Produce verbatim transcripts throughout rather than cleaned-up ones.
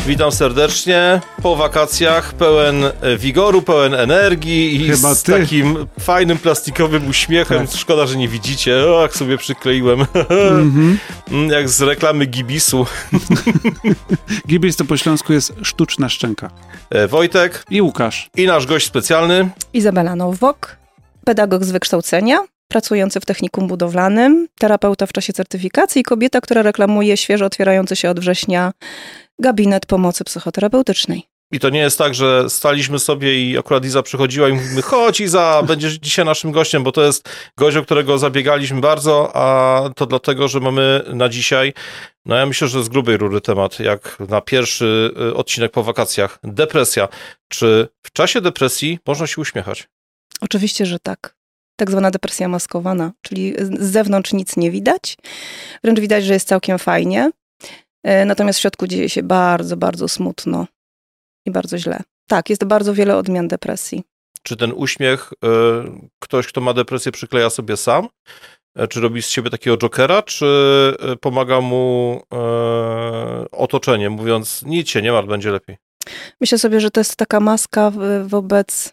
Witam serdecznie, po wakacjach, pełen wigoru, pełen energii i Chyba z ty. takim fajnym plastikowym uśmiechem. Tak. Szkoda, że nie widzicie. O, jak sobie przykleiłem. Mm-hmm. Jak z reklamy Gibisu. Gibis to po śląsku jest sztuczna szczęka. Wojtek. I Łukasz. I nasz gość specjalny. Izabela Nowak, pedagog z wykształcenia, pracujący w technikum budowlanym, terapeuta w czasie certyfikacji i kobieta, która reklamuje świeżo otwierający się od września gabinet pomocy psychoterapeutycznej. I to nie jest tak, że staliśmy sobie i akurat Iza przychodziła i mówimy, chodź Iza, będziesz dzisiaj naszym gościem, bo to jest gość, o którego zabiegaliśmy bardzo, a to dlatego, że mamy na dzisiaj, no ja myślę, że z grubej rury temat, jak na pierwszy odcinek po wakacjach, depresja. Czy w czasie depresji można się uśmiechać? Oczywiście, że tak. Tak zwana depresja maskowana, czyli z zewnątrz nic nie widać, wręcz widać, że jest całkiem fajnie, natomiast w środku dzieje się bardzo, bardzo smutno i bardzo źle. Tak, jest bardzo wiele odmian depresji. Czy ten uśmiech y, ktoś, kto ma depresję, przykleja sobie sam? Czy robi z siebie takiego jokera, czy pomaga mu y, otoczenie, mówiąc nic się nie martw, będzie lepiej? Myślę sobie, że to jest taka maska wobec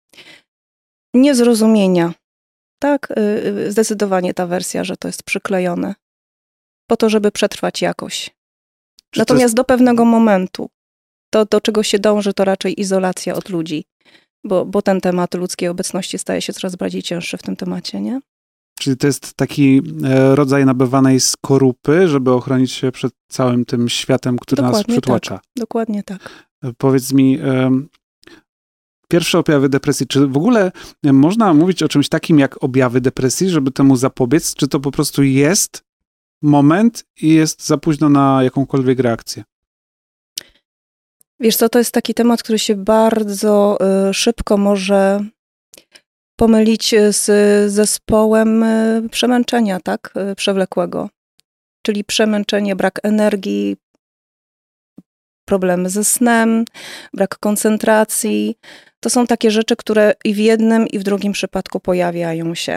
niezrozumienia. Tak, y, zdecydowanie ta wersja, że to jest przyklejone. Po to, żeby przetrwać jakoś. Czy Natomiast jest... do pewnego momentu. To, do czego się dąży, to raczej izolacja od ludzi. Bo, bo ten temat ludzkiej obecności staje się coraz bardziej cięższy w tym temacie, nie? Czyli to jest taki rodzaj nabywanej skorupy, żeby ochronić się przed całym tym światem, który Dokładnie nas przytłacza. Tak. Dokładnie tak. Powiedz mi, pierwsze objawy depresji, czy w ogóle można mówić o czymś takim jak objawy depresji, żeby temu zapobiec? Czy to po prostu jest moment i jest za późno na jakąkolwiek reakcję? Wiesz co, to jest taki temat, który się bardzo y, szybko może pomylić z zespołem y, przemęczenia, tak? Y, przewlekłego. Czyli przemęczenie, brak energii, problemy ze snem, brak koncentracji. To są takie rzeczy, które i w jednym, i w drugim przypadku pojawiają się.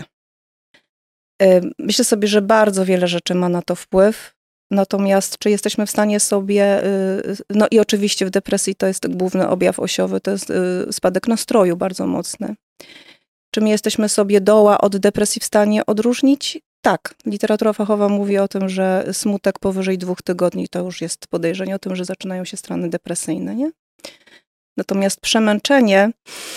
Y, myślę sobie, że bardzo wiele rzeczy ma na to wpływ. Natomiast czy jesteśmy w stanie sobie, no i oczywiście w depresji to jest główny objaw osiowy, to jest spadek nastroju bardzo mocny. Czy my jesteśmy sobie doła od depresji w stanie odróżnić? Tak. Literatura fachowa mówi o tym, że smutek powyżej dwóch tygodni to już jest podejrzenie o tym, że zaczynają się stany depresyjne, nie? Natomiast przemęczenie,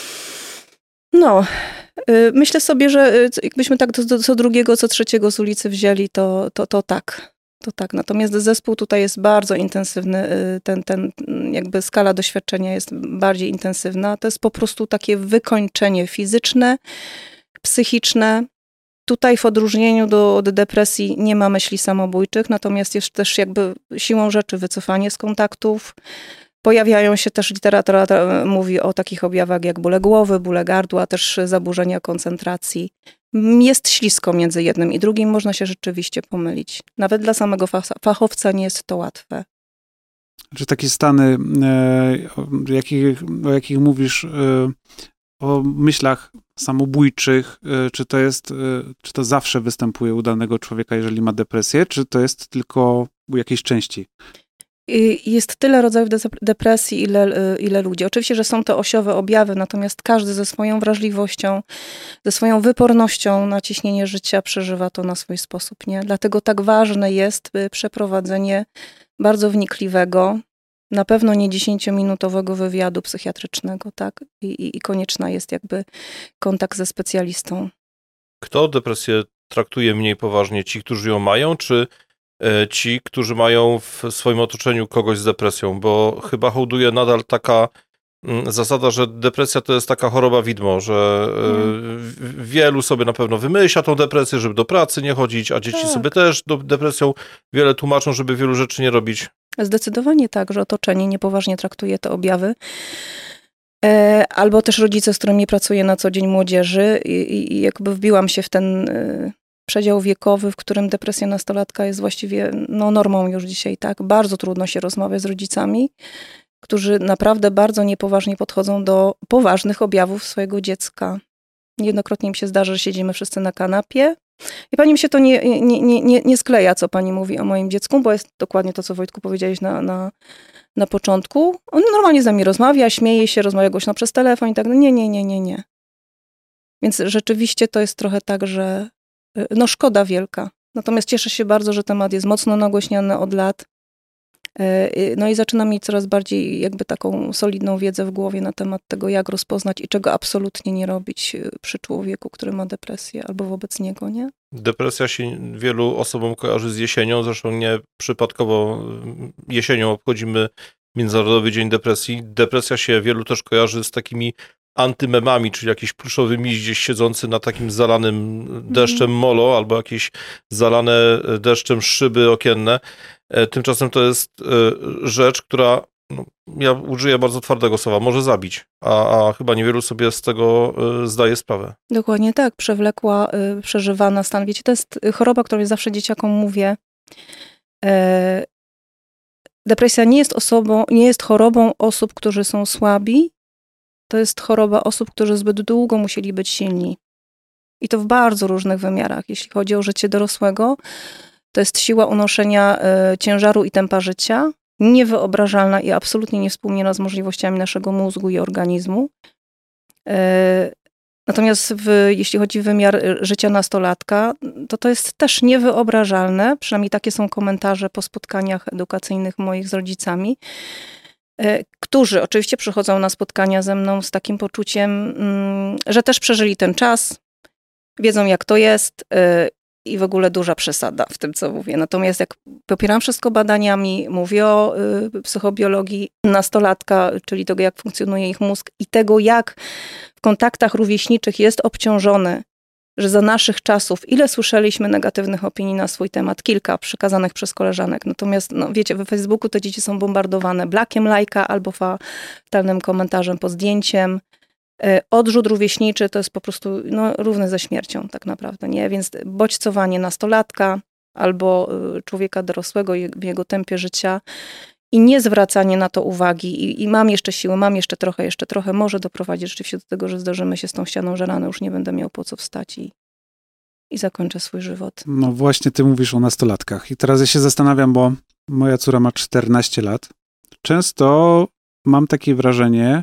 no, myślę sobie, że jakbyśmy tak do, do, co drugiego, co trzeciego z ulicy wzięli, to, to, to tak. To tak, natomiast zespół tutaj jest bardzo intensywny, ten, ten jakby skala doświadczenia jest bardziej intensywna. To jest po prostu takie wykończenie fizyczne, psychiczne. Tutaj w odróżnieniu do, od depresji nie ma myśli samobójczych, natomiast jest też jakby siłą rzeczy wycofanie z kontaktów. Pojawiają się też, literatura mówi o takich objawach jak bóle głowy, bóle gardła, też zaburzenia koncentracji. Jest ślisko między jednym i drugim, można się rzeczywiście pomylić. Nawet dla samego fachowca nie jest to łatwe. Czy takie stany, e, o, jakich, o jakich mówisz, e, o myślach samobójczych, e, czy to jest, e, czy to zawsze występuje u danego człowieka, jeżeli ma depresję, czy to jest tylko u jakiejś części? Jest tyle rodzajów depresji, ile, ile ludzi. Oczywiście, że są to osiowe objawy, natomiast każdy ze swoją wrażliwością, ze swoją wypornością na ciśnienie życia przeżywa to na swój sposób, nie? Dlatego tak ważne jest przeprowadzenie bardzo wnikliwego, na pewno nie dziesięciominutowego wywiadu psychiatrycznego, tak? I, i, i konieczna jest jakby kontakt ze specjalistą. Kto depresję traktuje mniej poważnie? Ci, którzy ją mają, czy ci, którzy mają w swoim otoczeniu kogoś z depresją, bo chyba hołduje nadal taka zasada, że depresja to jest taka choroba widmo, że mm. wielu sobie na pewno wymyśla tą depresję, żeby do pracy nie chodzić, a dzieci tak. sobie też do depresją wiele tłumaczą, żeby wielu rzeczy nie robić. Zdecydowanie tak, że otoczenie niepoważnie traktuje te objawy. Albo też rodzice, z którymi pracuję na co dzień młodzieży i, i jakby wbiłam się w ten przedział wiekowy, w którym depresja nastolatka jest właściwie no, normą już dzisiaj, tak? Bardzo trudno się rozmawia z rodzicami, którzy naprawdę bardzo niepoważnie podchodzą do poważnych objawów swojego dziecka. Niejednokrotnie mi się zdarza, że siedzimy wszyscy na kanapie, I pani mi się to nie, nie, nie, nie, nie skleja, co pani mówi o moim dziecku, bo jest dokładnie to, co Wojtku powiedziałeś na, na, na początku. On normalnie z nami rozmawia, śmieje się, rozmawia głośno przez telefon i tak. No nie, nie, nie, nie, nie. Więc rzeczywiście to jest trochę tak, że no szkoda wielka. Natomiast cieszę się bardzo, że temat jest mocno nagłośniany od lat. No i zaczynam mieć coraz bardziej jakby taką solidną wiedzę w głowie na temat tego, jak rozpoznać i czego absolutnie nie robić przy człowieku, który ma depresję albo wobec niego, nie? Depresja się wielu osobom kojarzy z jesienią, zresztą nie przypadkowo jesienią obchodzimy Międzynarodowy Dzień Depresji. Depresja się wielu też kojarzy z takimi antymemami, czyli jakiś pluszowy miś gdzieś siedzący na takim zalanym deszczem molo, albo jakieś zalane deszczem szyby okienne. Tymczasem to jest rzecz, która, no, ja użyję bardzo twardego słowa, może zabić, a, a chyba niewielu sobie z tego zdaje sprawę. Dokładnie tak, przewlekła, przeżywana stan. Wiecie, to jest choroba, którą ja zawsze dzieciakom mówię. Depresja nie jest osobą, nie jest chorobą osób, którzy są słabi. To jest choroba osób, którzy zbyt długo musieli być silni. I to w bardzo różnych wymiarach. Jeśli chodzi o życie dorosłego, to jest siła unoszenia y, ciężaru i tempa życia, niewyobrażalna i absolutnie niewspółmierna z możliwościami naszego mózgu i organizmu. Y, natomiast w, jeśli chodzi o wymiar życia nastolatka, to to jest też niewyobrażalne, przynajmniej takie są komentarze po spotkaniach edukacyjnych moich z rodzicami, y, którzy oczywiście przychodzą na spotkania ze mną z takim poczuciem, y, że też przeżyli ten czas, wiedzą jak to jest, y, i w ogóle duża przesada w tym, co mówię. Natomiast jak popieram wszystko badaniami, mówię o y, psychobiologii nastolatka, czyli tego, jak funkcjonuje ich mózg i tego, jak w kontaktach rówieśniczych jest obciążony, że za naszych czasów, ile słyszeliśmy negatywnych opinii na swój temat, kilka przekazanych przez koleżanek. Natomiast, no wiecie, we Facebooku te dzieci są bombardowane blakiem lajka albo fatalnym komentarzem pod zdjęciem. Odrzut rówieśniczy to jest po prostu no, równy ze śmiercią tak naprawdę, nie? Więc bodźcowanie nastolatka albo człowieka dorosłego w jego tempie życia i nie zwracanie na to uwagi i, i mam jeszcze siły, mam jeszcze trochę, jeszcze trochę, może doprowadzić rzeczywiście do tego, że zderzymy się z tą ścianą, że rano już nie będę miał po co wstać i, i zakończę swój żywot. No właśnie ty mówisz o nastolatkach i teraz ja się zastanawiam, bo moja córa ma czternaście lat. Często mam takie wrażenie,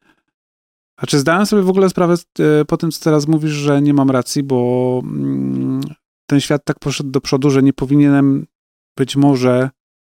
a czy zdałem sobie w ogóle sprawę po tym, co teraz mówisz, że nie mam racji, bo ten świat tak poszedł do przodu, że nie powinienem być może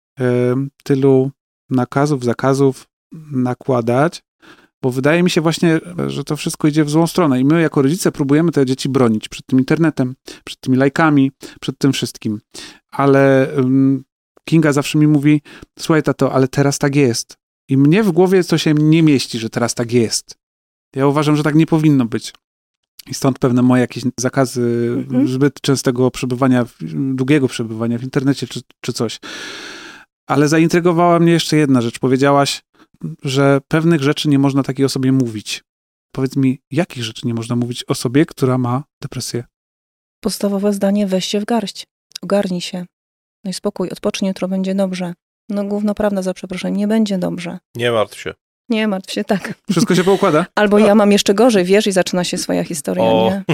tylu nakazów, zakazów nakładać, bo wydaje mi się właśnie, że to wszystko idzie w złą stronę i my jako rodzice próbujemy te dzieci bronić przed tym internetem, przed tymi lajkami, przed tym wszystkim. Ale Kinga zawsze mi mówi, słuchaj tato, ale teraz tak jest. I mnie w głowie to się nie mieści, że teraz tak jest. Ja uważam, że tak nie powinno być. I stąd pewne moje jakieś zakazy mhm. zbyt częstego przebywania, długiego przebywania w internecie czy, czy coś. Ale zaintrygowała mnie jeszcze jedna rzecz. Powiedziałaś, że pewnych rzeczy nie można takiej osobie mówić. Powiedz mi, jakich rzeczy nie można mówić osobie, która ma depresję? Podstawowe zdanie, weź się w garść. Ogarnij się. No i spokój, odpocznij, jutro będzie dobrze. No gówno prawda, za przeproszeniem, nie będzie dobrze. Nie martw się. Nie martw się, tak. Wszystko się poukłada? Albo ja mam jeszcze gorzej, wiesz, i zaczyna się swoja historia, o. nie?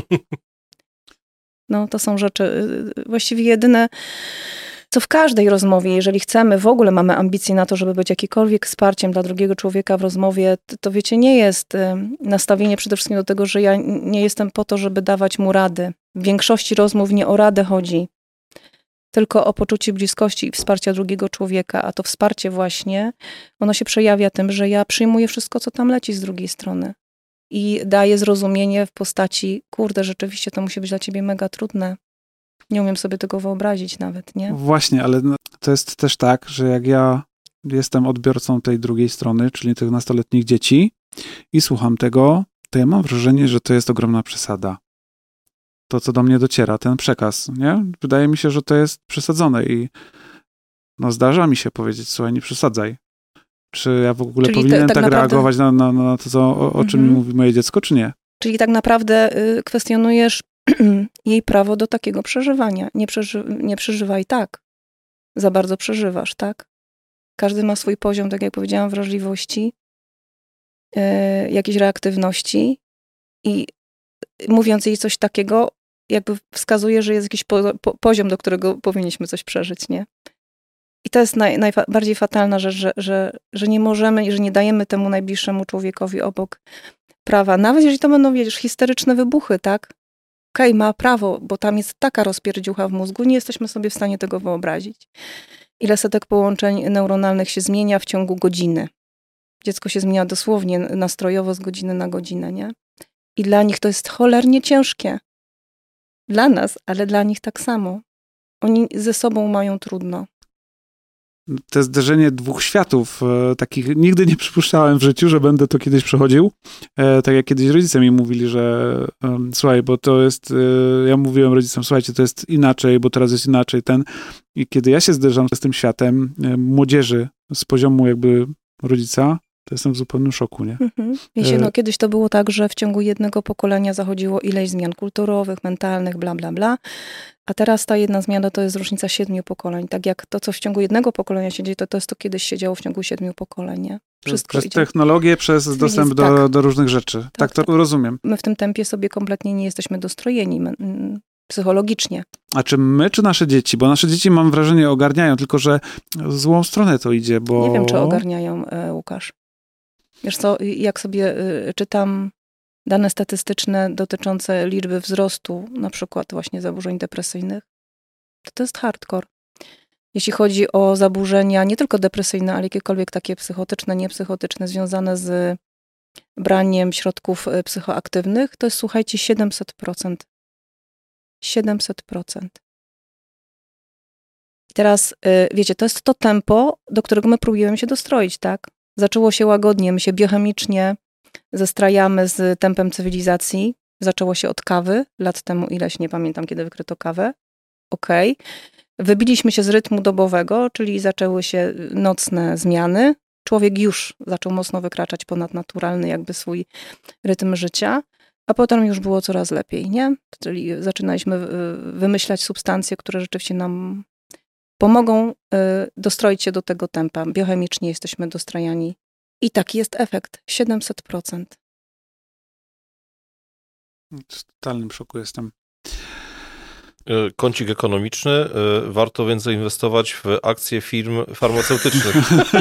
No to są rzeczy, właściwie jedyne, co w każdej rozmowie, jeżeli chcemy, w ogóle mamy ambicje na to, żeby być jakikolwiek wsparciem dla drugiego człowieka w rozmowie, to wiecie, nie jest nastawienie przede wszystkim do tego, że ja nie jestem po to, żeby dawać mu rady. W większości rozmów nie o radę chodzi, tylko o poczucie bliskości i wsparcia drugiego człowieka, a to wsparcie właśnie, ono się przejawia tym, że ja przyjmuję wszystko, co tam leci z drugiej strony i daję zrozumienie w postaci, kurde, rzeczywiście to musi być dla ciebie mega trudne. Nie umiem sobie tego wyobrazić nawet, nie? Właśnie, ale to jest też tak, że jak ja jestem odbiorcą tej drugiej strony, czyli tych nastoletnich dzieci i słucham tego, to ja mam wrażenie, że to jest ogromna przesada. To, co do mnie dociera, ten przekaz, nie? Wydaje mi się, że to jest przesadzone i no zdarza mi się powiedzieć, słuchaj, nie przesadzaj. Czy ja w ogóle Czyli powinienem te, tak, tak naprawdę... reagować na, na, na to, co, o, o czym mhm. mówi moje dziecko, czy nie? Czyli tak naprawdę y, kwestionujesz jej prawo do takiego przeżywania. Nie, przeży, nie przeżywaj tak. Za bardzo przeżywasz, tak? Każdy ma swój poziom, tak jak powiedziałam, wrażliwości, y, jakiejś reaktywności i mówiąc jej coś takiego, jakby wskazuje, że jest jakiś po, po, poziom, do którego powinniśmy coś przeżyć, nie? I to jest naj, najbardziej fatalna rzecz, że, że, że nie możemy i że nie dajemy temu najbliższemu człowiekowi obok prawa. Nawet jeżeli to będą, wiesz, histeryczne wybuchy, tak? Okej, okay, ma prawo, bo tam jest taka rozpierdziucha w mózgu, nie jesteśmy sobie w stanie tego wyobrazić. Ile setek połączeń neuronalnych się zmienia w ciągu godziny. Dziecko się zmienia dosłownie nastrojowo z godziny na godzinę, nie? I dla nich to jest cholernie ciężkie. Dla nas, ale dla nich tak samo. Oni ze sobą mają trudno. To zderzenie dwóch światów, e, takich nigdy nie przypuszczałem w życiu, że będę to kiedyś przechodził. E, tak jak kiedyś rodzice mi mówili, że e, słuchaj, bo to jest, e, ja mówiłem rodzicom, słuchajcie, to jest inaczej, bo teraz jest inaczej, ten. I kiedy ja się zderzam z tym światem e, młodzieży z poziomu jakby rodzica, to jestem w zupełnym szoku, nie? Mhm. Wiecie, no kiedyś to było tak, że w ciągu jednego pokolenia zachodziło ileś zmian kulturowych, mentalnych, bla, bla, bla. A teraz ta jedna zmiana to jest różnica siedmiu pokoleń. Tak jak to, co w ciągu jednego pokolenia się dzieje, to to jest to kiedyś się działo w ciągu siedmiu pokoleń, nie? Wszystko przez idzie. technologię, przez dostęp do, tak. do różnych rzeczy. Tak, tak to tak. Rozumiem. My w tym tempie sobie kompletnie nie jesteśmy dostrojeni my, mm, psychologicznie. A czy my, czy nasze dzieci? Bo nasze dzieci, mam wrażenie, ogarniają, tylko że w złą stronę to idzie, bo... Nie wiem, czy ogarniają, e, Łukasz. Wiesz co, jak sobie y, czytam dane statystyczne dotyczące liczby wzrostu, na przykład właśnie zaburzeń depresyjnych, to to jest hardcore. Jeśli chodzi o zaburzenia nie tylko depresyjne, ale jakiekolwiek takie psychotyczne, niepsychotyczne, związane z braniem środków psychoaktywnych, to jest, słuchajcie, siedemset procent. siedemset procent. I teraz, y, wiecie, to jest to tempo, do którego my próbujemy się dostroić, tak? Zaczęło się łagodnie, my się biochemicznie zestrajamy z tempem cywilizacji. Zaczęło się od kawy, lat temu ileś, nie pamiętam kiedy wykryto kawę. Okej. Okay. Wybiliśmy się z rytmu dobowego, czyli zaczęły się nocne zmiany. Człowiek już zaczął mocno wykraczać ponad naturalny jakby swój rytm życia, a potem już było coraz lepiej, nie? Czyli zaczynaliśmy wymyślać substancje, które rzeczywiście nam pomogą dostroić się do tego tempa. Biochemicznie jesteśmy dostrajani. I taki jest efekt. siedemset procent. W totalnym szoku jestem. Kącik ekonomiczny. Warto więcej inwestować w akcje firm farmaceutycznych.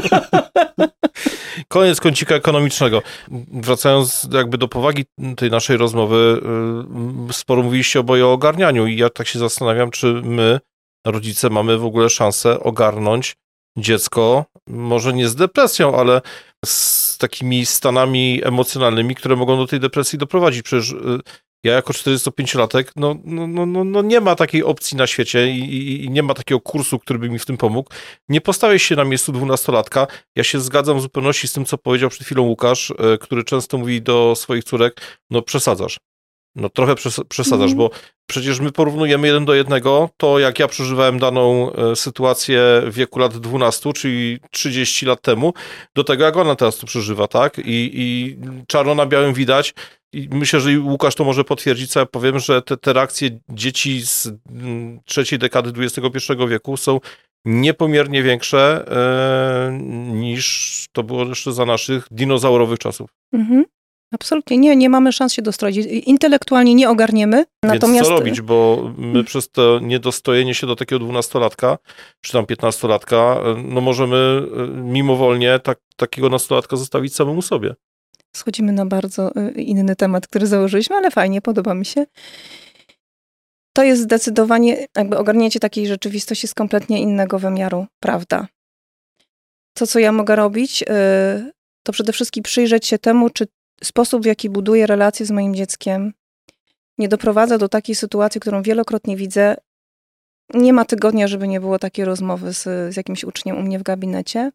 Koniec kącika ekonomicznego. Wracając jakby do powagi tej naszej rozmowy, sporo mówiliście oboje o ogarnianiu i ja tak się zastanawiam, czy my, rodzice, mamy w ogóle szansę ogarnąć dziecko, może nie z depresją, ale z takimi stanami emocjonalnymi, które mogą do tej depresji doprowadzić. Przecież ja jako czterdziestopięciolatek, no, no, no, no, no nie ma takiej opcji na świecie i, i, i nie ma takiego kursu, który by mi w tym pomógł. Nie postawię się na miejscu dwunastolatka. Ja się zgadzam w zupełności z tym, co powiedział przed chwilą Łukasz, który często mówi do swoich córek, no przesadzasz. No trochę przesadzasz, mm. bo przecież my porównujemy jeden do jednego to, jak ja przeżywałem daną sytuację w wieku lat dwunastu, czyli trzydzieści lat temu, do tego, jak ona teraz to przeżywa, tak? I, i czarno na białym widać. I myślę, że Łukasz to może potwierdzić, co ja powiem, że te, te reakcje dzieci z trzeciej dekady dwudziestego pierwszego wieku są niepomiernie większe e, niż to było jeszcze za naszych dinozaurowych czasów. Mhm. Absolutnie nie, nie mamy szans się dostroić. Intelektualnie nie ogarniemy. Więc natomiast... co robić, bo my przez to niedostojenie się do takiego dwunastolatka, czy tam piętnastolatka, no możemy mimowolnie tak, takiego nastolatka zostawić samemu sobie. Schodzimy na bardzo inny temat, który założyliśmy, ale fajnie, podoba mi się. To jest zdecydowanie, jakby ogarnięcie takiej rzeczywistości z kompletnie innego wymiaru, prawda? To, co ja mogę robić, to przede wszystkim przyjrzeć się temu, czy sposób, w jaki buduję relacje z moim dzieckiem, nie doprowadza do takiej sytuacji, którą wielokrotnie widzę. Nie ma tygodnia, żeby nie było takiej rozmowy z, z jakimś uczniem u mnie w gabinecie.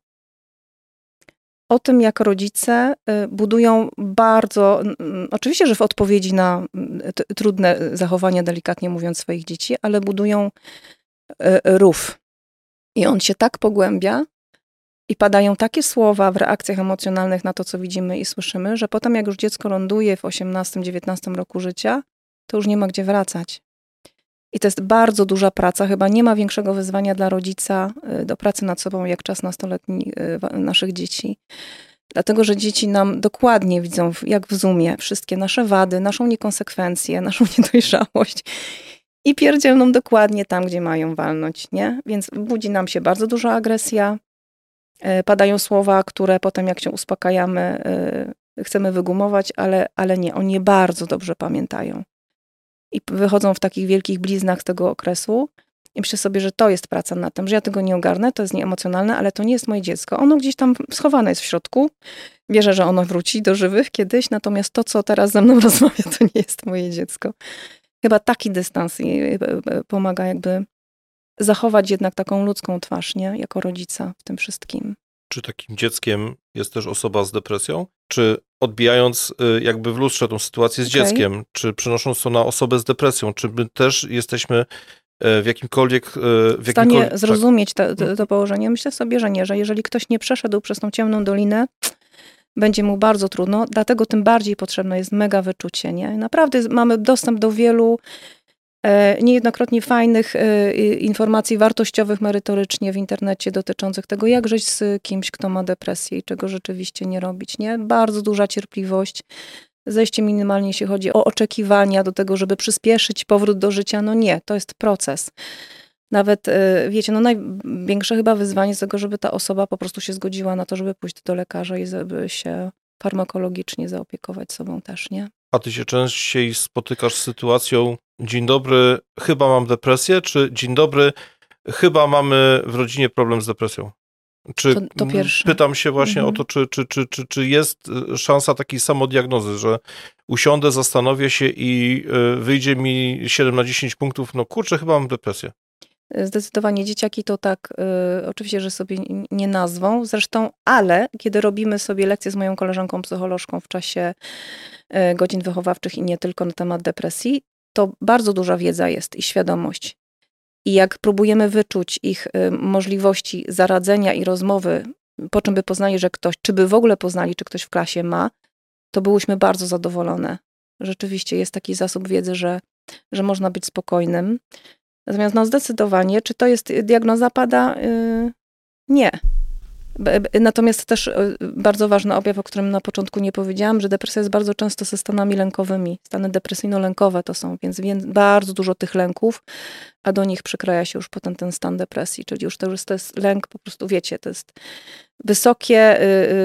O tym, jak rodzice budują bardzo, oczywiście, że w odpowiedzi na t- trudne zachowania, delikatnie mówiąc, swoich dzieci, ale budują rów. I on się tak pogłębia i padają takie słowa w reakcjach emocjonalnych na to, co widzimy i słyszymy, że potem jak już dziecko ląduje w osiemnastym dziewiętnastym roku życia, to już nie ma gdzie wracać. I to jest bardzo duża praca. Chyba nie ma większego wyzwania dla rodzica do pracy nad sobą, jak czas nastoletni naszych dzieci. Dlatego, że dzieci nam dokładnie widzą, jak w Zoomie, wszystkie nasze wady, naszą niekonsekwencję, naszą niedojrzałość i pierdzielną dokładnie tam, gdzie mają walnąć, nie? Więc budzi nam się bardzo duża agresja, padają słowa, które potem jak się uspokajamy, chcemy wygumować, ale, ale nie, oni je bardzo dobrze pamiętają. I wychodzą w takich wielkich bliznach z tego okresu i myślę sobie, że to jest praca na tym, że ja tego nie ogarnę, to jest nieemocjonalne, ale to nie jest moje dziecko. Ono gdzieś tam schowane jest w środku. Wierzę, że ono wróci do żywych kiedyś, natomiast to, co teraz ze mną rozmawia, to nie jest moje dziecko. Chyba taki dystans pomaga jakby zachować jednak taką ludzką twarz, nie? Jako rodzica w tym wszystkim. Czy takim dzieckiem jest też osoba z depresją? Czy odbijając jakby w lustrze tą sytuację z okay. dzieckiem, czy przenosząc to na osobę z depresją, czy my też jesteśmy w jakimkolwiek... W, w stanie jakimkolwiek... zrozumieć to, to, to położenie? Myślę sobie, że nie, że jeżeli ktoś nie przeszedł przez tą ciemną dolinę, będzie mu bardzo trudno, dlatego tym bardziej potrzebne jest mega wyczucie, nie? Naprawdę mamy dostęp do wielu niejednokrotnie fajnych informacji wartościowych merytorycznie w internecie dotyczących tego, jak żyć z kimś, kto ma depresję i czego rzeczywiście nie robić, nie? Bardzo duża cierpliwość, zejście minimalnie, jeśli chodzi o oczekiwania do tego, żeby przyspieszyć powrót do życia. No nie, to jest proces. Nawet, wiecie, no największe chyba wyzwanie z tego, żeby ta osoba po prostu się zgodziła na to, żeby pójść do lekarza i żeby się farmakologicznie zaopiekować sobą też, nie? A ty się częściej spotykasz z sytuacją dzień dobry, chyba mam depresję, czy dzień dobry, chyba mamy w rodzinie problem z depresją? Czy to, to pierwsze. Pytam się właśnie mhm. o to, czy, czy, czy, czy, czy jest szansa takiej samodiagnozy, że usiądę, zastanowię się i wyjdzie mi siedem na dziesięć punktów, no kurczę, chyba mam depresję. Zdecydowanie dzieciaki to tak, y, oczywiście, że sobie nie nazwą, zresztą, ale kiedy robimy sobie lekcje z moją koleżanką psycholożką w czasie y, godzin wychowawczych i nie tylko na temat depresji, to bardzo duża wiedza jest i świadomość. I jak próbujemy wyczuć ich y, możliwości zaradzenia i rozmowy, po czym by poznali, że ktoś, czy by w ogóle poznali, czy ktoś w klasie ma, to byłyśmy bardzo zadowolone. Rzeczywiście jest taki zasób wiedzy, że, że można być spokojnym. Natomiast no zdecydowanie, czy to jest diagnoza pada? Yy, nie. Natomiast też bardzo ważny objaw, o którym na początku nie powiedziałam, że depresja jest bardzo często ze stanami lękowymi. Stany depresyjno-lękowe to są, więc bardzo dużo tych lęków, a do nich przykraja się już potem ten stan depresji, czyli już to, to jest lęk, po prostu wiecie, to jest wysokie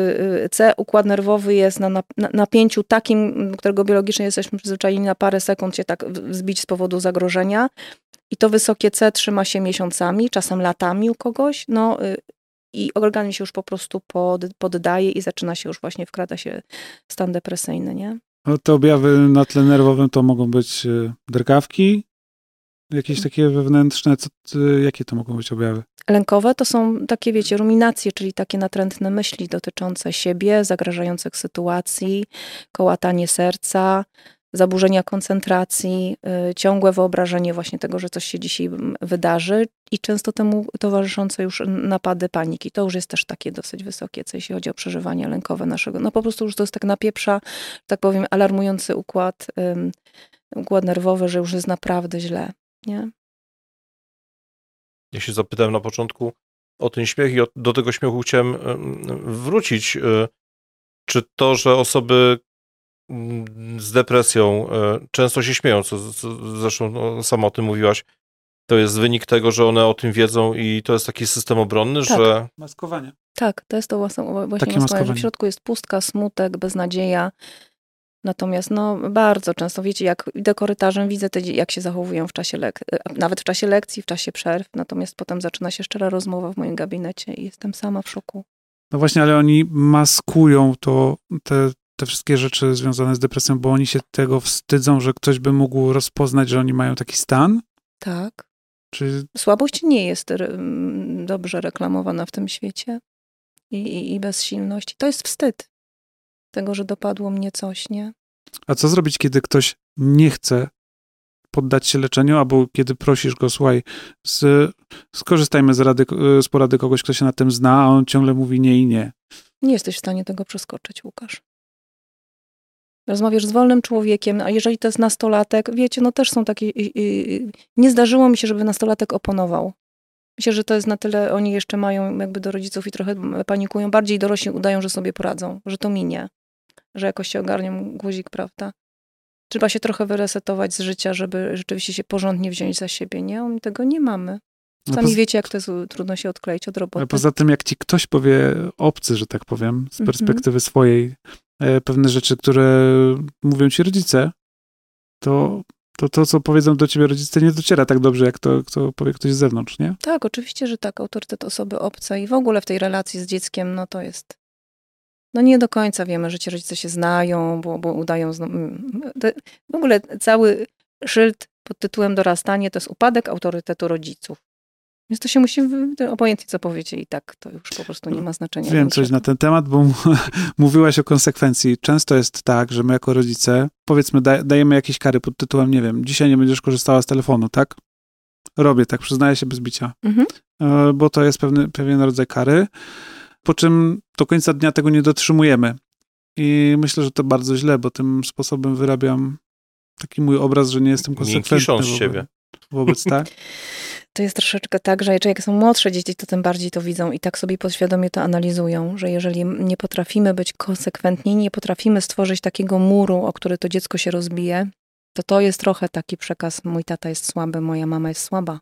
C, układ nerwowy jest na napięciu takim, którego biologicznie jesteśmy przyzwyczajeni na parę sekund się tak zbić z powodu zagrożenia. I to wysokie C trzyma się miesiącami, czasem latami u kogoś, no i organizm się już po prostu pod, poddaje i zaczyna się już właśnie, wkrada się stan depresyjny, nie? No te objawy na tle nerwowym to mogą być drgawki, jakieś takie wewnętrzne, co, jakie to mogą być objawy? Lękowe to są takie, wiecie, ruminacje, czyli takie natrętne myśli dotyczące siebie, zagrażających sytuacji, kołatanie serca, zaburzenia koncentracji, y, ciągłe wyobrażenie właśnie tego, że coś się dzisiaj wydarzy i często temu towarzyszące już napady paniki. To już jest też takie dosyć wysokie, co jeśli chodzi o przeżywanie lękowe naszego. No po prostu już to jest tak napieprza, tak powiem, alarmujący układ, y, układ nerwowy, że już jest naprawdę źle, nie? Ja się zapytałem na początku o ten śmiech i do tego śmiechu chciałem wrócić. Czy to, że osoby z depresją często się śmieją, co, co zresztą no, sama o tym mówiłaś, to jest wynik tego, że one o tym wiedzą i to jest taki system obronny, tak. że... Maskowanie. Tak, to jest to właśnie maskowanie, maskowanie. W środku jest pustka, smutek, beznadzieja. Natomiast no bardzo często, wiecie, jak idę korytarzem, widzę, te, jak się zachowują w czasie lek- nawet w czasie lekcji, w czasie przerw, natomiast potem zaczyna się szczera rozmowa w moim gabinecie i jestem sama w szoku. No właśnie, ale oni maskują to, te, te wszystkie rzeczy związane z depresją, bo oni się tego wstydzą, że ktoś by mógł rozpoznać, że oni mają taki stan? Tak. Czy... Słabość nie jest re- dobrze reklamowana w tym świecie i, i, i bezsilność. To jest wstyd tego, że dopadło mnie coś, nie? A co zrobić, kiedy ktoś nie chce poddać się leczeniu, albo kiedy prosisz go, słuchaj, z, skorzystajmy z, rady, z porady kogoś, kto się na tym zna, a on ciągle mówi nie i nie. Nie jesteś w stanie tego przeskoczyć, Łukasz. Rozmawiasz z wolnym człowiekiem, a jeżeli to jest nastolatek, wiecie, no też są takie... Yy, yy, nie zdarzyło mi się, żeby nastolatek oponował. Myślę, że to jest na tyle, oni jeszcze mają jakby do rodziców i trochę panikują. Bardziej dorośli udają, że sobie poradzą, że to minie, że jakoś się ogarnią guzik, prawda? Trzeba się trochę wyresetować z życia, żeby rzeczywiście się porządnie wziąć za siebie, nie? My tego nie mamy. Sami poza... wiecie, jak to jest trudno się odkleić od roboty. Ale poza tym, jak ci ktoś powie obcy, że tak powiem, z perspektywy mm-hmm. swojej, e, pewne rzeczy, które mówią ci rodzice, to, to to, co powiedzą do ciebie rodzice, nie dociera tak dobrze, jak to, to powie ktoś z zewnątrz, nie? Tak, oczywiście, że tak. Autorytet osoby obcej i w ogóle w tej relacji z dzieckiem, no to jest... No nie do końca wiemy, że ci rodzice się znają, bo, bo udają... Zna... W ogóle cały szyld pod tytułem dorastanie to jest upadek autorytetu rodziców. Więc to się musi, obojętnie co powiecie i tak, to już po prostu nie ma znaczenia. Wiem coś na ten temat, bo mówiłaś o konsekwencji. Często jest tak, że my jako rodzice, powiedzmy, dajemy jakieś kary pod tytułem, nie wiem, dzisiaj nie będziesz korzystała z telefonu, tak? Robię tak, przyznaję się bez bicia. Mhm. Bo to jest pewny, pewien rodzaj kary, po czym do końca dnia tego nie dotrzymujemy. I myślę, że to bardzo źle, bo tym sposobem wyrabiam taki mój obraz, że nie jestem konsekwentny wobec, siebie. wobec tak? To jest troszeczkę tak, że jak są młodsze dzieci, to tym bardziej to widzą i tak sobie podświadomie to analizują, że jeżeli nie potrafimy być konsekwentni, nie potrafimy stworzyć takiego muru, o który to dziecko się rozbije, to to jest trochę taki przekaz, mój tata jest słaby, moja mama jest słaba.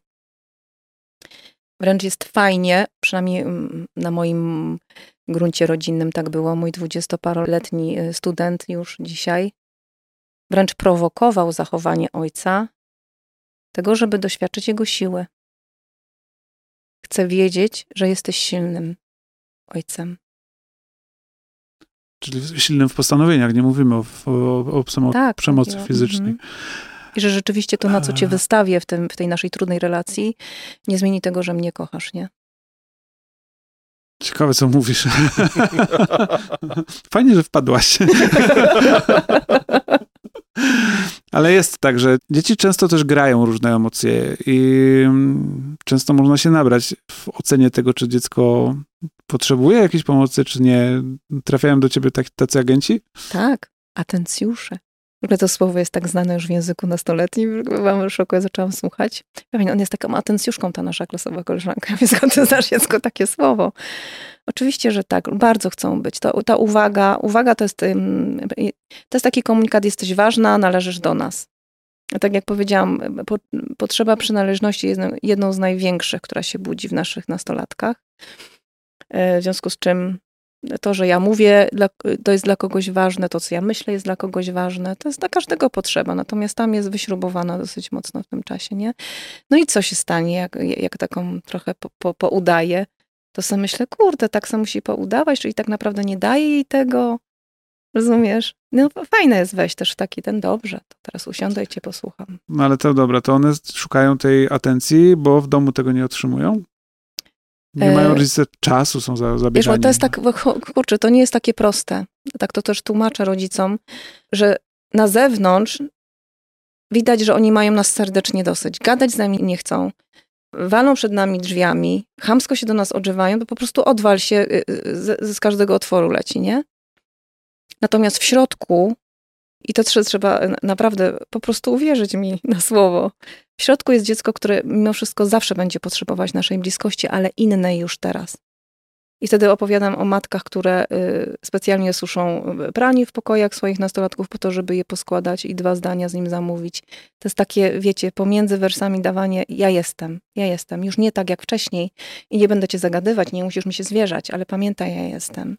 Wręcz jest fajnie, przynajmniej na moim gruncie rodzinnym tak było, mój dwudziestoparoletni student już dzisiaj wręcz prowokował zachowanie ojca, tego, żeby doświadczyć jego siły. Chcę wiedzieć, że jesteś silnym ojcem. Czyli silnym w postanowieniach, nie mówimy o, o, o przemo- tak, przemocy tak, fizycznej. Mm-hmm. I że rzeczywiście to, na co cię wystawię w, tym, w tej naszej trudnej relacji, nie zmieni tego, że mnie kochasz, nie? Ciekawe, co mówisz. Fajnie, że wpadłaś. Ale jest tak, że dzieci często też grają różne emocje i często można się nabrać w ocenie tego, czy dziecko potrzebuje jakiejś pomocy, czy nie. Trafiają do ciebie tak, tacy agenci? Tak, atencjusze. W ogóle to słowo jest tak znane już w języku nastoletnim, że byłam w szoku, ja zaczęłam słuchać. Pewnie on jest taką atencjuszką, ta nasza klasowa koleżanka. Więc skąd ty znasz dziecko takie słowo? Oczywiście, że tak. Bardzo chcą być. To, ta uwaga, uwaga to jest, to jest taki komunikat, jesteś ważna, należysz do nas. Tak jak powiedziałam, po, potrzeba przynależności jest jedną, jedną z największych, która się budzi w naszych nastolatkach. W związku z czym to, że ja mówię, to jest dla kogoś ważne, to, co ja myślę, jest dla kogoś ważne, to jest dla każdego potrzeba, natomiast tam jest wyśrubowana dosyć mocno w tym czasie, nie? No i co się stanie, jak, jak taką trochę po, po, poudaję, to sobie myślę, kurde, tak se musi poudawać, czyli tak naprawdę nie daje jej tego, rozumiesz? No fajne jest wejść też w taki ten, dobrze, to teraz usiądę i cię posłucham. No ale to dobra, to one szukają tej atencji, bo w domu tego nie otrzymują? Nie mają rodzice czasu, są zabiegani. Wiesz, bo to jest tak, kurczę, to nie jest takie proste. Tak to też tłumaczę rodzicom, że na zewnątrz widać, że oni mają nas serdecznie dosyć. Gadać z nami nie chcą. Walą przed nami drzwiami, chamsko się do nas odżywają, to po prostu odwal się z, z każdego otworu leci, nie? Natomiast w środku, i to trzeba naprawdę po prostu uwierzyć mi na słowo, w środku jest dziecko, które mimo wszystko zawsze będzie potrzebować naszej bliskości, ale innej już teraz. I wtedy opowiadam o matkach, które specjalnie suszą pranie w pokojach swoich nastolatków po to, żeby je poskładać i dwa zdania z nim zamówić. To jest takie, wiecie, pomiędzy wersami dawanie ja jestem, ja jestem. Już nie tak jak wcześniej i nie będę cię zagadywać, nie musisz mi się zwierzać, ale pamiętaj, ja jestem.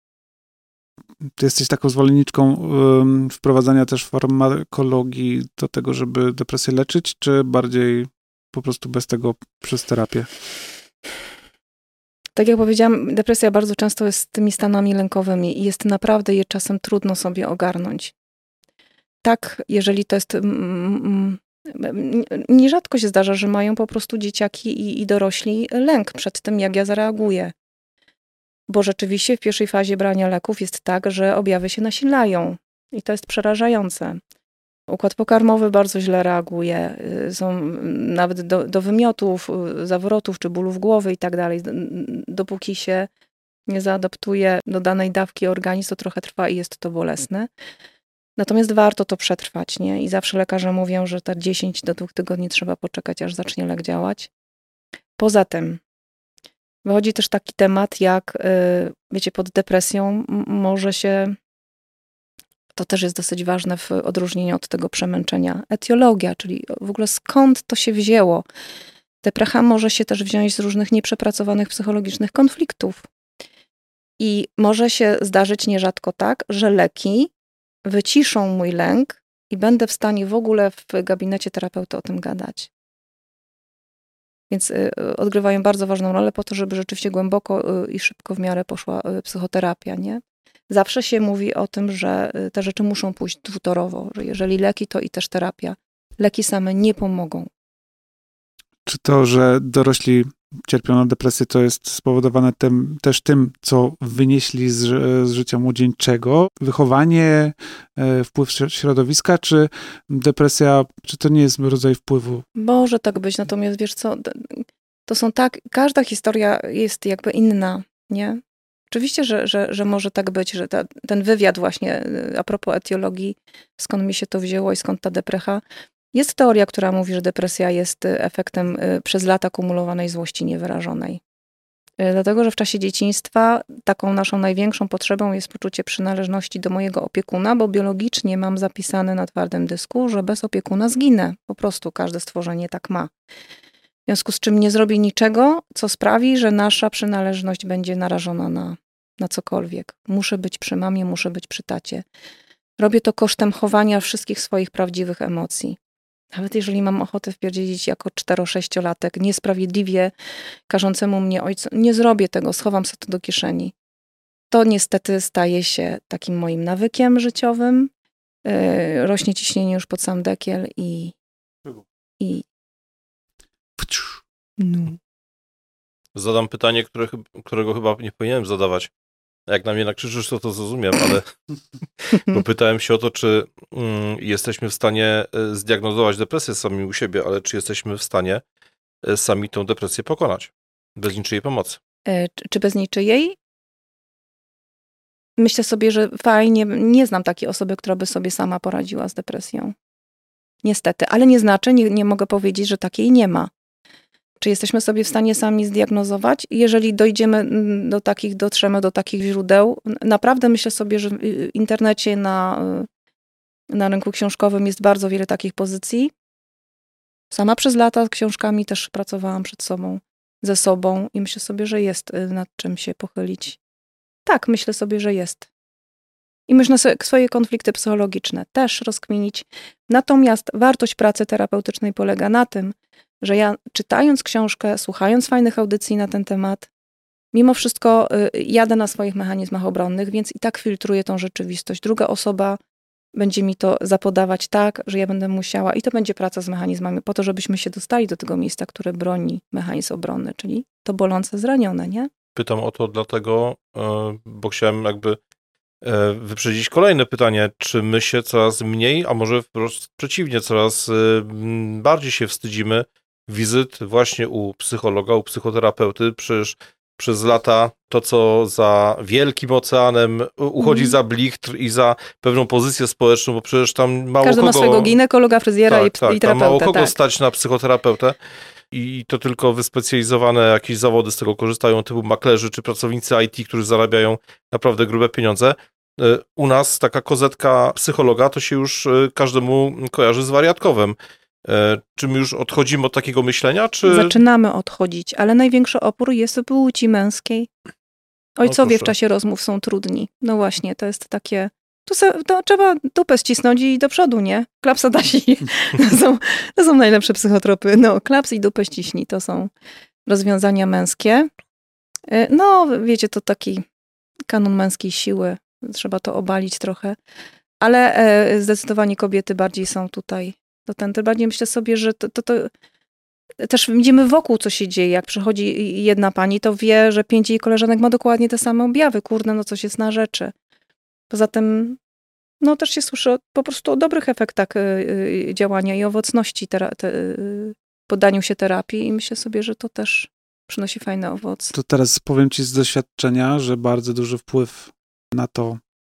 Ty jesteś taką zwolenniczką um, wprowadzania też farmakologii do tego, żeby depresję leczyć, czy bardziej po prostu bez tego przez terapię? Tak jak powiedziałam, depresja bardzo często jest z tymi stanami lękowymi i jest naprawdę je czasem trudno sobie ogarnąć. Tak, jeżeli to jest... Mm, nierzadko się zdarza, że mają po prostu dzieciaki i, i dorośli lęk przed tym, jak ja zareaguję. Bo rzeczywiście w pierwszej fazie brania leków jest tak, że objawy się nasilają. I to jest przerażające. Układ pokarmowy bardzo źle reaguje. Są nawet do, do wymiotów, zawrotów czy bólów głowy i tak dalej. Dopóki się nie zaadaptuje do danej dawki organizm, to trochę trwa i jest to bolesne. Natomiast warto to przetrwać, nie? I zawsze lekarze mówią, że te dziesięć do dwóch tygodni trzeba poczekać, aż zacznie lek działać. Poza tym wychodzi też taki temat jak, wiecie, pod depresją może się, to też jest dosyć ważne w odróżnieniu od tego przemęczenia, etiologia, czyli w ogóle skąd to się wzięło. Depresja może się też wziąć z różnych nieprzepracowanych psychologicznych konfliktów. I może się zdarzyć nierzadko tak, że leki wyciszą mój lęk i będę w stanie w ogóle w gabinecie terapeuty o tym gadać. Więc odgrywają bardzo ważną rolę po to, żeby rzeczywiście głęboko i szybko w miarę poszła psychoterapia, nie? Zawsze się mówi o tym, że te rzeczy muszą pójść dwutorowo, że jeżeli leki, to i też terapia. Leki same nie pomogą. Czy to, że dorośli cierpią na depresję, to jest spowodowane tym, też tym, co wynieśli z, z życia młodzieńczego? Wychowanie, e, wpływ środowiska, czy depresja, czy to nie jest rodzaj wpływu? Może tak być, natomiast wiesz co, to są tak, każda historia jest jakby inna, nie? Oczywiście, że, że, że może tak być, że ta, ten wywiad właśnie a propos etiologii, skąd mi się to wzięło i skąd ta deprecha. Jest teoria, która mówi, że depresja jest efektem przez lata kumulowanej złości niewyrażonej. Dlatego, że w czasie dzieciństwa taką naszą największą potrzebą jest poczucie przynależności do mojego opiekuna, bo biologicznie mam zapisane na twardym dysku, że bez opiekuna zginę. Po prostu każde stworzenie tak ma. W związku z czym nie zrobię niczego, co sprawi, że nasza przynależność będzie narażona na, na cokolwiek. Muszę być przy mamie, muszę być przy tacie. Robię to kosztem chowania wszystkich swoich prawdziwych emocji. Nawet jeżeli mam ochotę wpierdzielić jako cztero-sześciolatek niesprawiedliwie karzącemu mnie ojcu, nie zrobię tego, schowam sobie to do kieszeni. To niestety staje się takim moim nawykiem życiowym. Yy, rośnie ciśnienie już pod sam dekiel i... i no. Zadam pytanie, które, którego chyba nie powinienem zadawać. Jak na mnie nakrzyczysz, to to zrozumiem, ale bo pytałem się o to, czy mm, jesteśmy w stanie zdiagnozować depresję sami u siebie, ale czy jesteśmy w stanie sami tą depresję pokonać, bez niczyjej pomocy. Yy, czy, czy bez niczyjej? Myślę sobie, że fajnie, nie znam takiej osoby, która by sobie sama poradziła z depresją. Niestety, ale nie znaczy, nie, nie mogę powiedzieć, że takiej nie ma. Czy jesteśmy sobie w stanie sami zdiagnozować? Jeżeli dojdziemy do takich, dotrzemy do takich źródeł, naprawdę myślę sobie, że w internecie, na, na rynku książkowym jest bardzo wiele takich pozycji. Sama przez lata książkami też pracowałam przed sobą, ze sobą i myślę sobie, że jest nad czym się pochylić. Tak, myślę sobie, że jest. I można swoje konflikty psychologiczne też rozkminić. Natomiast wartość pracy terapeutycznej polega na tym, że ja czytając książkę, słuchając fajnych audycji na ten temat, mimo wszystko jadę na swoich mechanizmach obronnych, więc i tak filtruję tą rzeczywistość. Druga osoba będzie mi to zapodawać tak, że ja będę musiała, i to będzie praca z mechanizmami, po to, żebyśmy się dostali do tego miejsca, które broni mechanizm obronny, czyli to bolące, zranione, nie? Pytam o to dlatego, bo chciałem jakby wyprzedzić kolejne pytanie, czy my się coraz mniej, a może wprost przeciwnie, coraz bardziej się wstydzimy wizyt właśnie u psychologa, u psychoterapeuty. Przecież przez lata to, co za wielkim oceanem uchodzi mm. za blichtr i za pewną pozycję społeczną, bo przecież tam mało Każdy kogo... ma swojego ginekologa, fryzjera tak, i, tak, i terapeutę. Tam mało kogo tak. stać na psychoterapeutę i to tylko wyspecjalizowane jakieś zawody z tego korzystają, typu maklerzy czy pracownicy I T, którzy zarabiają naprawdę grube pieniądze. U nas taka kozetka psychologa to się już każdemu kojarzy z wariatkowem. Czy my już odchodzimy od takiego myślenia, czy... Zaczynamy odchodzić, ale największy opór jest w płci męskiej. Ojcowie w czasie rozmów są trudni. No właśnie, to jest takie... Tu se, to trzeba dupę ścisnąć i do przodu, nie? Klapsa dasi. To są, to są najlepsze psychotropy. No, klaps i dupę ściśnij. To są rozwiązania męskie. No, wiecie, to taki kanon męskiej siły. Trzeba to obalić trochę. Ale e, zdecydowanie kobiety bardziej są tutaj do ten. Bardziej myślę sobie, że to, to, to też widzimy wokół, co się dzieje. Jak przychodzi jedna pani, to wie, że pięć jej koleżanek ma dokładnie te same objawy. Kurde, no coś jest na rzeczy. Poza tym, no też się słyszy po prostu o dobrych efektach y, działania i owocności tera- te, y, poddaniu się terapii i myślę sobie, że to też przynosi fajny owoc. To teraz powiem ci z doświadczenia, że bardzo duży wpływ na to,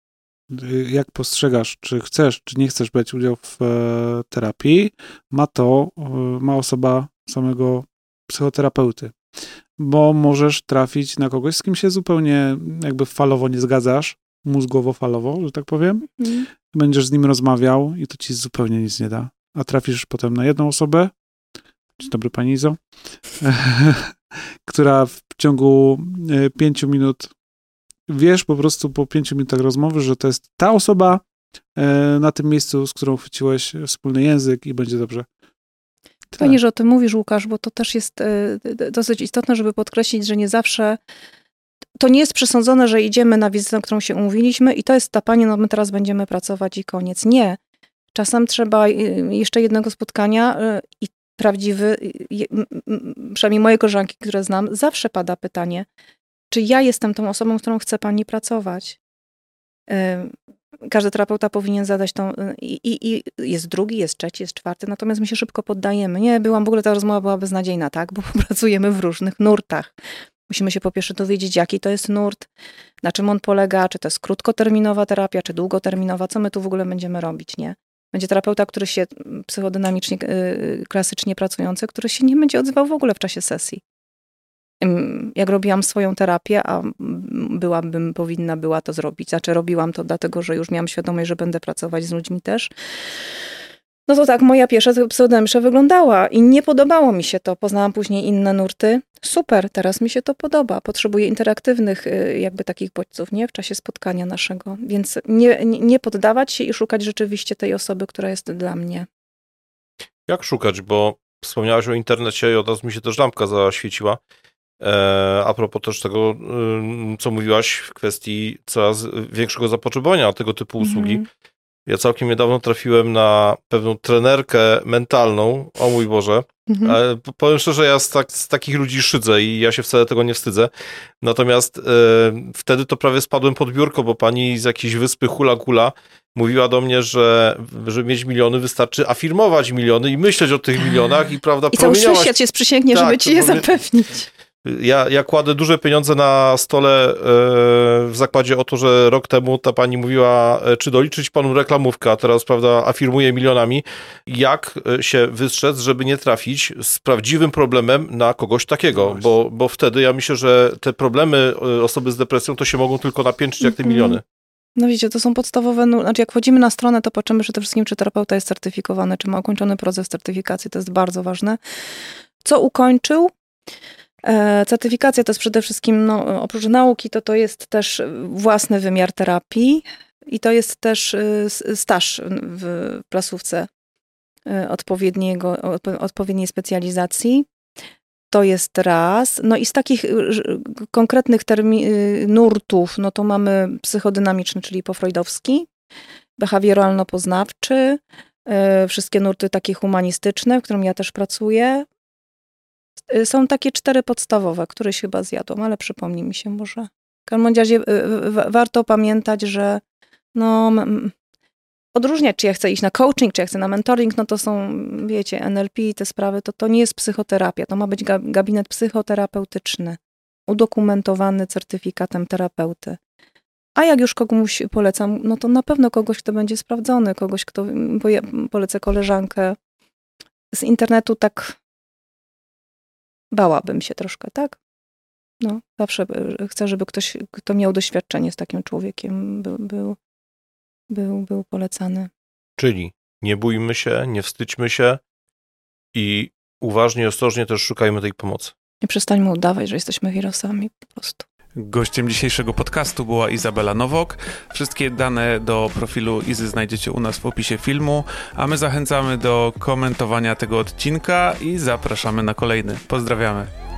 jak postrzegasz, czy chcesz, czy nie chcesz brać udziału w e, terapii, ma to, e, ma osoba samego psychoterapeuty, bo możesz trafić na kogoś, z kim się zupełnie jakby falowo nie zgadzasz, mózgowo-falowo, że tak powiem. Mm. Będziesz z nim rozmawiał i to ci zupełnie nic nie da. A trafisz potem na jedną osobę, dzień dobry pani Izo, która w ciągu pięciu minut, wiesz po prostu po pięciu minutach rozmowy, że to jest ta osoba na tym miejscu, z którą chwyciłeś wspólny język i będzie dobrze. Fajnie, że o tym mówisz, Łukasz, bo to też jest dosyć istotne, żeby podkreślić, że nie zawsze to nie jest przesądzone, że idziemy na wizytę, na którą się umówiliśmy i to jest ta pani, no my teraz będziemy pracować i koniec. Nie. Czasem trzeba jeszcze jednego spotkania i prawdziwy, przynajmniej moje koleżanki, które znam, zawsze pada pytanie, czy ja jestem tą osobą, z którą chce pani pracować? Każdy terapeuta powinien zadać tą... I, i, i jest drugi, jest trzeci, jest czwarty, natomiast my się szybko poddajemy. Nie, byłam, w ogóle ta rozmowa była beznadziejna, tak? Bo pracujemy w różnych nurtach. Musimy się po pierwsze dowiedzieć, jaki to jest nurt, na czym on polega, czy to jest krótkoterminowa terapia, czy długoterminowa, co my tu w ogóle będziemy robić, nie? Będzie terapeuta, który się psychodynamicznie, klasycznie pracujący, który się nie będzie odzywał w ogóle w czasie sesji. Jak robiłam swoją terapię, a byłabym, powinna była to zrobić, znaczy robiłam to dlatego, że już miałam świadomość, że będę pracować z ludźmi też, no to tak moja pierwsza psychodynamicza wyglądała i nie podobało mi się to. Poznałam później inne nurty. Super, teraz mi się to podoba. Potrzebuję interaktywnych jakby takich bodźców, nie? W czasie spotkania naszego. Więc nie, nie poddawać się i szukać rzeczywiście tej osoby, która jest dla mnie. Jak szukać? Bo wspomniałaś o internecie i od razu mi się też lampka zaświeciła. E, a propos też tego, y, co mówiłaś w kwestii coraz większego zapotrzebowania na tego typu usługi. Mm. Ja całkiem niedawno trafiłem na pewną trenerkę mentalną, o mój Boże. Mhm. Ale powiem szczerze, ja z, tak, z takich ludzi szydzę i ja się wcale tego nie wstydzę. Natomiast e, wtedy to prawie spadłem pod biurko, bo pani z jakiejś wyspy Hula Gula mówiła do mnie, że żeby mieć miliony wystarczy afirmować miliony i myśleć o tych milionach i prawda I cały świat się sprzysięgnie, tak, żeby ci je zapewnić. Ja, ja kładę duże pieniądze na stole e, w zakładzie o to, że rok temu ta pani mówiła, czy doliczyć panu reklamówkę, a teraz, prawda, afirmuje milionami. Jak się wystrzec, żeby nie trafić z prawdziwym problemem na kogoś takiego, bo, bo wtedy ja myślę, że te problemy osoby z depresją to się mogą tylko napiętrzyć jak te miliony. No wiecie, to są podstawowe, no, znaczy jak wchodzimy na stronę, to patrzymy przede wszystkim, czy terapeuta jest certyfikowany, czy ma ukończony proces certyfikacji, to jest bardzo ważne. Co ukończył? Certyfikacja to jest przede wszystkim, no, oprócz nauki, to to jest też własny wymiar terapii i to jest też staż w placówce odpowiedniego, odpowiedniej specjalizacji. To jest raz. No i z takich konkretnych termi- nurtów, no to mamy psychodynamiczny, czyli pofreudowski, behawioralno-poznawczy, wszystkie nurty takie humanistyczne, w którym ja też pracuję. Są takie cztery podstawowe, któreś chyba zjadłam, ale przypomni mi się może. W każdym razie warto pamiętać, że no, odróżniać, czy ja chcę iść na coaching, czy ja chcę na mentoring, no to są, wiecie, N L P i te sprawy, to, to nie jest psychoterapia, to ma być gabinet psychoterapeutyczny, udokumentowany certyfikatem terapeuty. A jak już komuś polecam, no to na pewno kogoś, kto będzie sprawdzony, kogoś, kto, bo ja polecę koleżankę z internetu, tak bałabym się troszkę, tak? No, zawsze chcę, żeby ktoś, kto miał doświadczenie z takim człowiekiem, był, był, był, był polecany. Czyli nie bójmy się, nie wstydźmy się i uważnie i ostrożnie też szukajmy tej pomocy. Nie przestańmy udawać, że jesteśmy heroesami po prostu. Gościem dzisiejszego podcastu była Izabela Nowok. Wszystkie dane do profilu Izy znajdziecie u nas w opisie filmu, a my zachęcamy do komentowania tego odcinka i zapraszamy na kolejny. Pozdrawiamy.